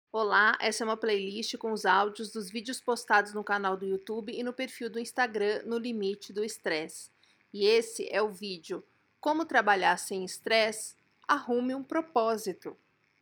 Olá, essa é uma playlist com os áudios dos vídeos postados no canal do YouTube e no perfil do Instagram No Limite do Estresse. E esse é o vídeo Como Trabalhar Sem Estresse? Arrume um propósito.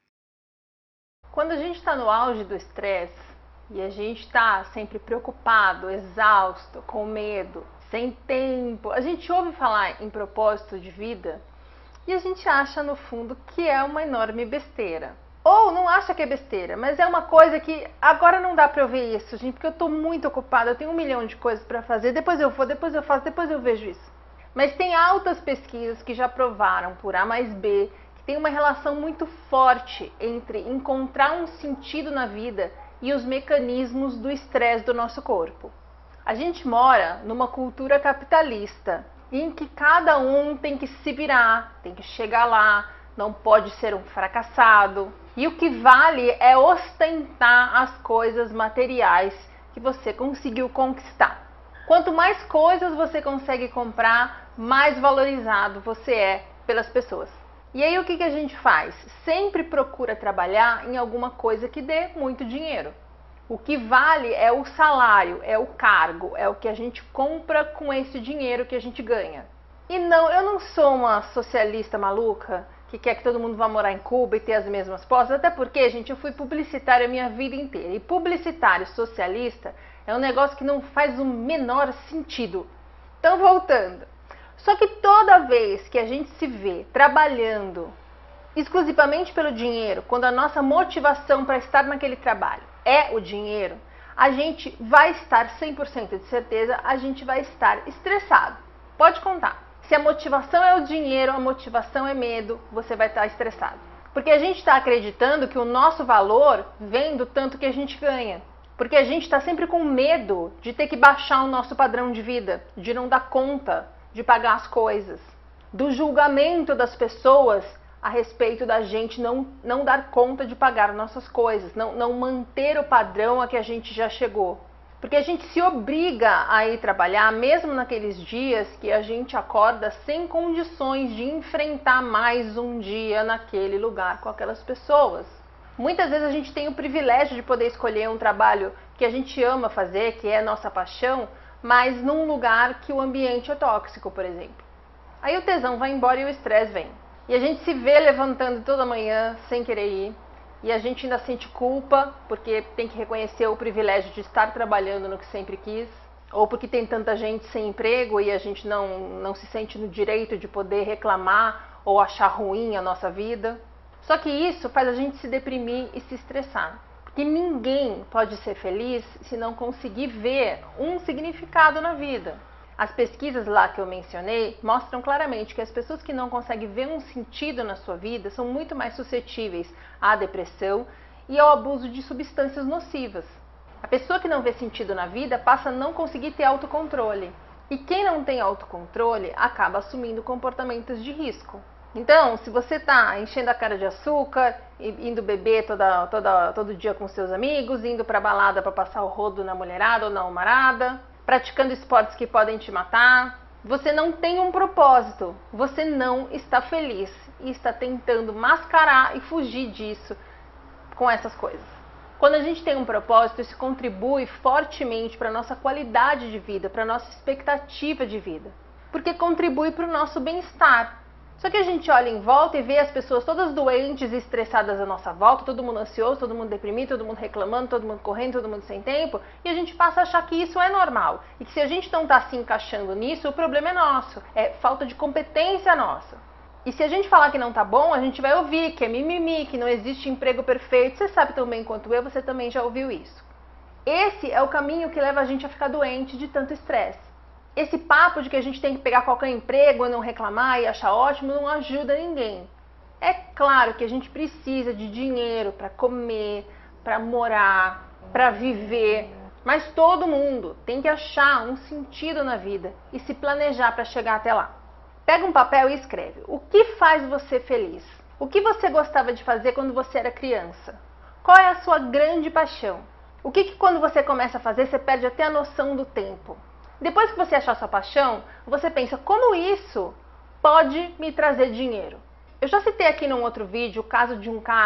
Quando a gente está no auge do estresse e a gente está sempre preocupado, exausto, com medo, sem tempo, a gente ouve falar em propósito de vida e a gente acha no fundo que é uma enorme besteira. Ou não acha que é besteira, mas é uma coisa que agora não dá para eu ver isso, gente, porque eu estou muito ocupada, eu tenho 1 milhão de coisas para fazer, depois eu vou, depois eu faço, depois eu vejo isso. Mas tem altas pesquisas que já provaram por A mais B que tem uma relação muito forte entre encontrar um sentido na vida e os mecanismos do estresse do nosso corpo. A gente mora numa cultura capitalista em que cada um tem que se virar, tem que chegar lá, não pode ser um fracassado. E o que vale é ostentar as coisas materiais que você conseguiu conquistar. Quanto mais coisas você consegue comprar, mais valorizado você é pelas pessoas. E aí o que a gente faz? Sempre procura trabalhar em alguma coisa que dê muito dinheiro. O que vale é o salário, é o cargo, é o que a gente compra com esse dinheiro que a gente ganha. E não, eu não sou uma socialista maluca que quer que todo mundo vá morar em Cuba e ter as mesmas posses, até porque, gente, eu fui publicitária a minha vida inteira. E publicitário socialista é um negócio que não faz o menor sentido. Então, voltando. Só que toda vez que a gente se vê trabalhando exclusivamente pelo dinheiro, quando a nossa motivação para estar naquele trabalho é o dinheiro, a gente vai estar 100% de certeza, a gente vai estar estressado. Pode contar. Se a motivação é o dinheiro, a motivação é medo, você vai estar estressado. Porque a gente está acreditando que o nosso valor vem do tanto que a gente ganha. Porque a gente está sempre com medo de ter que baixar o nosso padrão de vida, de não dar conta de pagar as coisas, do julgamento das pessoas a respeito da gente não dar conta de pagar nossas coisas, não manter o padrão a que a gente já chegou. Porque a gente se obriga a ir trabalhar, mesmo naqueles dias que a gente acorda sem condições de enfrentar mais um dia naquele lugar com aquelas pessoas. Muitas vezes a gente tem o privilégio de poder escolher um trabalho que a gente ama fazer, que é a nossa paixão, mas num lugar que o ambiente é tóxico, por exemplo. Aí o tesão vai embora e o estresse vem. E a gente se vê levantando toda manhã sem querer ir. E a gente ainda sente culpa, porque tem que reconhecer o privilégio de estar trabalhando no que sempre quis. Ou porque tem tanta gente sem emprego e a gente não se sente no direito de poder reclamar ou achar ruim a nossa vida. Só que isso faz a gente se deprimir e se estressar. Porque ninguém pode ser feliz se não conseguir ver um significado na vida. As pesquisas lá que eu mencionei mostram claramente que as pessoas que não conseguem ver um sentido na sua vida são muito mais suscetíveis à depressão e ao abuso de substâncias nocivas. A pessoa que não vê sentido na vida passa a não conseguir ter autocontrole. E quem não tem autocontrole acaba assumindo comportamentos de risco. Então, se você está enchendo a cara de açúcar, indo beber todo dia com seus amigos, indo para balada para passar o rodo na mulherada ou na homarada, praticando esportes que podem te matar, você não tem um propósito, você não está feliz e está tentando mascarar e fugir disso com essas coisas. Quando a gente tem um propósito, isso contribui fortemente para a nossa qualidade de vida, para a nossa expectativa de vida, porque contribui para o nosso bem-estar. Só que a gente olha em volta e vê as pessoas todas doentes e estressadas à nossa volta, todo mundo ansioso, todo mundo deprimido, todo mundo reclamando, todo mundo correndo, todo mundo sem tempo, e a gente passa a achar que isso é normal. E que se a gente não está se encaixando nisso, o problema é nosso, é falta de competência nossa. E se a gente falar que não tá bom, a gente vai ouvir que é mimimi, que não existe emprego perfeito. Você sabe tão bem quanto eu, você também já ouviu isso. Esse é o caminho que leva a gente a ficar doente de tanto estresse. Esse papo de que a gente tem que pegar qualquer emprego e não reclamar e achar ótimo não ajuda ninguém. É claro que a gente precisa de dinheiro para comer, para morar, para viver, mas todo mundo tem que achar um sentido na vida e se planejar para chegar até lá. Pega um papel e escreve. O que faz você feliz? O que você gostava de fazer quando você era criança? Qual é a sua grande paixão? O que quando você começa a fazer, você perde até a noção do tempo? Depois que você achar sua paixão, você pensa, como isso pode me trazer dinheiro? Eu já citei aqui num outro vídeo o caso de um cara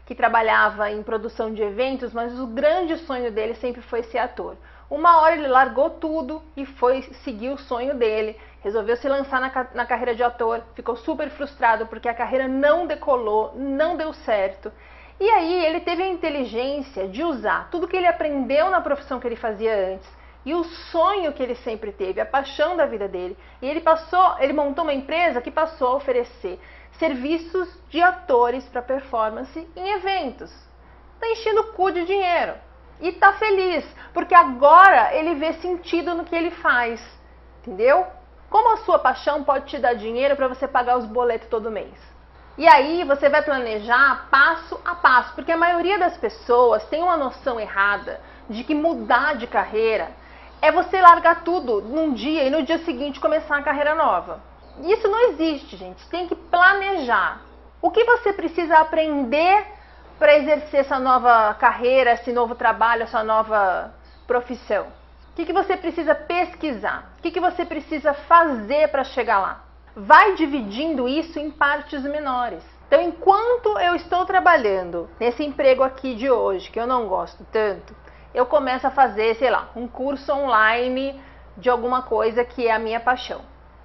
que trabalhava em produção de eventos, mas o grande sonho dele sempre foi ser ator. Uma hora ele largou tudo e foi seguir o sonho dele, resolveu se lançar na carreira de ator, ficou super frustrado porque a carreira não decolou, não deu certo. E aí ele teve a inteligência de usar tudo que ele aprendeu na profissão que ele fazia antes e o sonho que ele sempre teve, a paixão da vida dele. E ele montou uma empresa que passou a oferecer serviços de atores para performance em eventos. Está enchendo o cu de dinheiro. E tá feliz, porque agora ele vê sentido no que ele faz, entendeu? Como a sua paixão pode te dar dinheiro para você pagar os boletos todo mês? E aí você vai planejar passo a passo, porque a maioria das pessoas tem uma noção errada de que mudar de carreira é você largar tudo num dia e no dia seguinte começar a carreira nova. Isso não existe, gente. Você tem que planejar. O que você precisa aprender para exercer essa nova carreira, esse novo trabalho, essa nova profissão? O que você precisa pesquisar? O que você precisa fazer para chegar lá? Vai dividindo isso em partes menores. Então, enquanto eu estou trabalhando nesse emprego aqui de hoje, que eu não gosto tanto, eu começo a fazer, sei lá, um curso online de alguma coisa que é a minha paixão.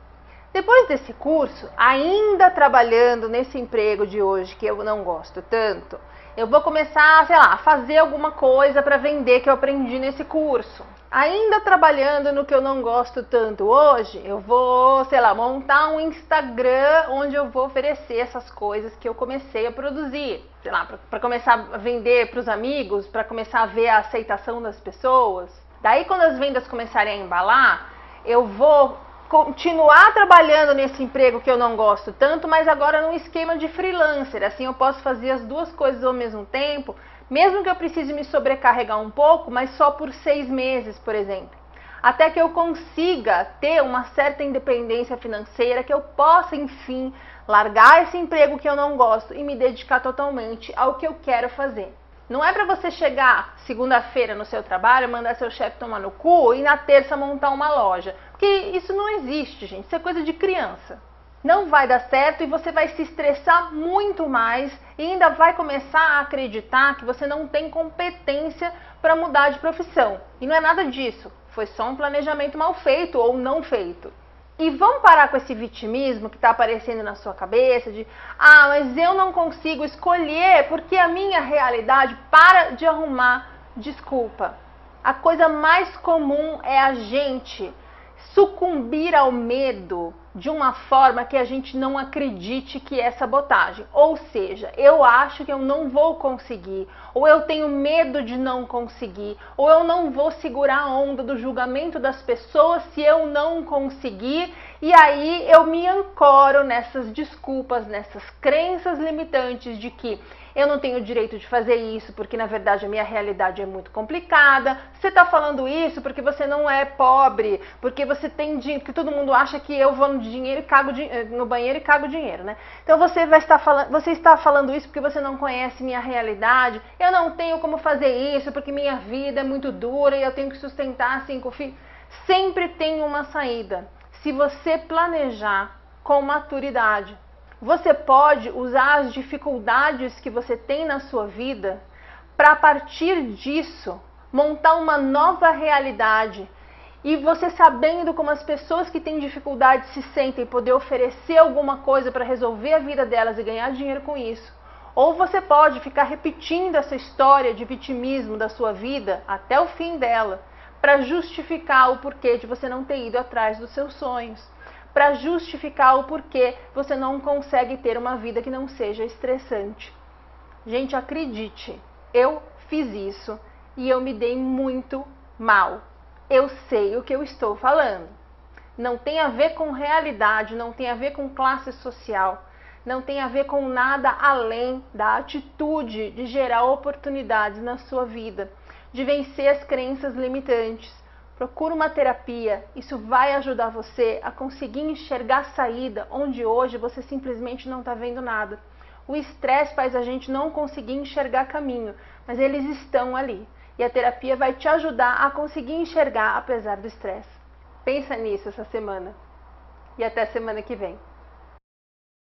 Depois desse curso, ainda trabalhando nesse emprego de hoje que eu não gosto tanto, eu vou começar, sei lá, a fazer alguma coisa para vender que eu aprendi nesse curso. Ainda trabalhando no que eu não gosto tanto hoje, eu vou, sei lá, montar um Instagram onde eu vou oferecer essas coisas que eu comecei a produzir. Sei lá, para começar a vender para os amigos, para começar a ver a aceitação das pessoas. Daí, quando as vendas começarem a embalar, eu vou continuar trabalhando nesse emprego que eu não gosto tanto, mas agora num esquema de freelancer. Assim eu posso fazer as duas coisas ao mesmo tempo, mesmo que eu precise me sobrecarregar um pouco, mas só por 6 meses, por exemplo. Até que eu consiga ter uma certa independência financeira, que eu possa, enfim, largar esse emprego que eu não gosto e me dedicar totalmente ao que eu quero fazer. Não é para você chegar segunda-feira no seu trabalho, mandar seu chefe tomar no cu e na terça montar uma loja. Porque isso não existe, gente. Isso é coisa de criança. Não vai dar certo e você vai se estressar muito mais e ainda vai começar a acreditar que você não tem competência para mudar de profissão. E não é nada disso. Foi só um planejamento mal feito ou não feito. E vamos parar com esse vitimismo que está aparecendo na sua cabeça de mas eu não consigo escolher porque a minha realidade. Para de arrumar desculpa. A coisa mais comum é a gente sucumbir ao medo de uma forma que a gente não acredite que é sabotagem. Ou seja, eu acho que eu não vou conseguir, ou eu tenho medo de não conseguir, ou eu não vou segurar a onda do julgamento das pessoas se eu não conseguir, e aí eu me ancoro nessas desculpas, nessas crenças limitantes de que eu não tenho direito de fazer isso porque na verdade a minha realidade é muito complicada. Você está falando isso porque você não é pobre, porque você tem dinheiro, porque todo mundo acha que eu vou no dinheiro e cago no banheiro e cago dinheiro, né? Então você está falando isso porque você não conhece minha realidade. Eu não tenho como fazer isso porque minha vida é muito dura e eu tenho que sustentar 5 filhos. Sempre tem uma saída. Se você planejar com maturidade. Você pode usar as dificuldades que você tem na sua vida para, a partir disso, montar uma nova realidade. E você sabendo como as pessoas que têm dificuldade se sentem, poder oferecer alguma coisa para resolver a vida delas e ganhar dinheiro com isso. Ou você pode ficar repetindo essa história de vitimismo da sua vida até o fim dela, para justificar o porquê de você não ter ido atrás dos seus sonhos. Para justificar o porquê você não consegue ter uma vida que não seja estressante. Gente, acredite, eu fiz isso e eu me dei muito mal. Eu sei o que eu estou falando. Não tem a ver com realidade, não tem a ver com classe social, não tem a ver com nada além da atitude de gerar oportunidades na sua vida, de vencer as crenças limitantes. Procura uma terapia, isso vai ajudar você a conseguir enxergar saída onde hoje você simplesmente não está vendo nada. O estresse faz a gente não conseguir enxergar caminho, mas eles estão ali. E a terapia vai te ajudar a conseguir enxergar apesar do estresse. Pensa nisso essa semana. E até semana que vem.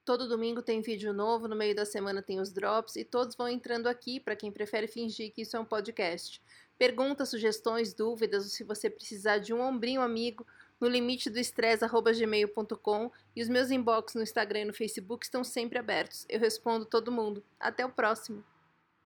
Todo domingo tem vídeo novo, no meio da semana tem os drops e todos vão entrando aqui para quem prefere fingir que isso é um podcast. Perguntas, sugestões, dúvidas ou se você precisar de um ombrinho amigo, no limitedoestresse@gmail.com e os meus inbox no Instagram e no Facebook estão sempre abertos. Eu respondo todo mundo. Até o próximo!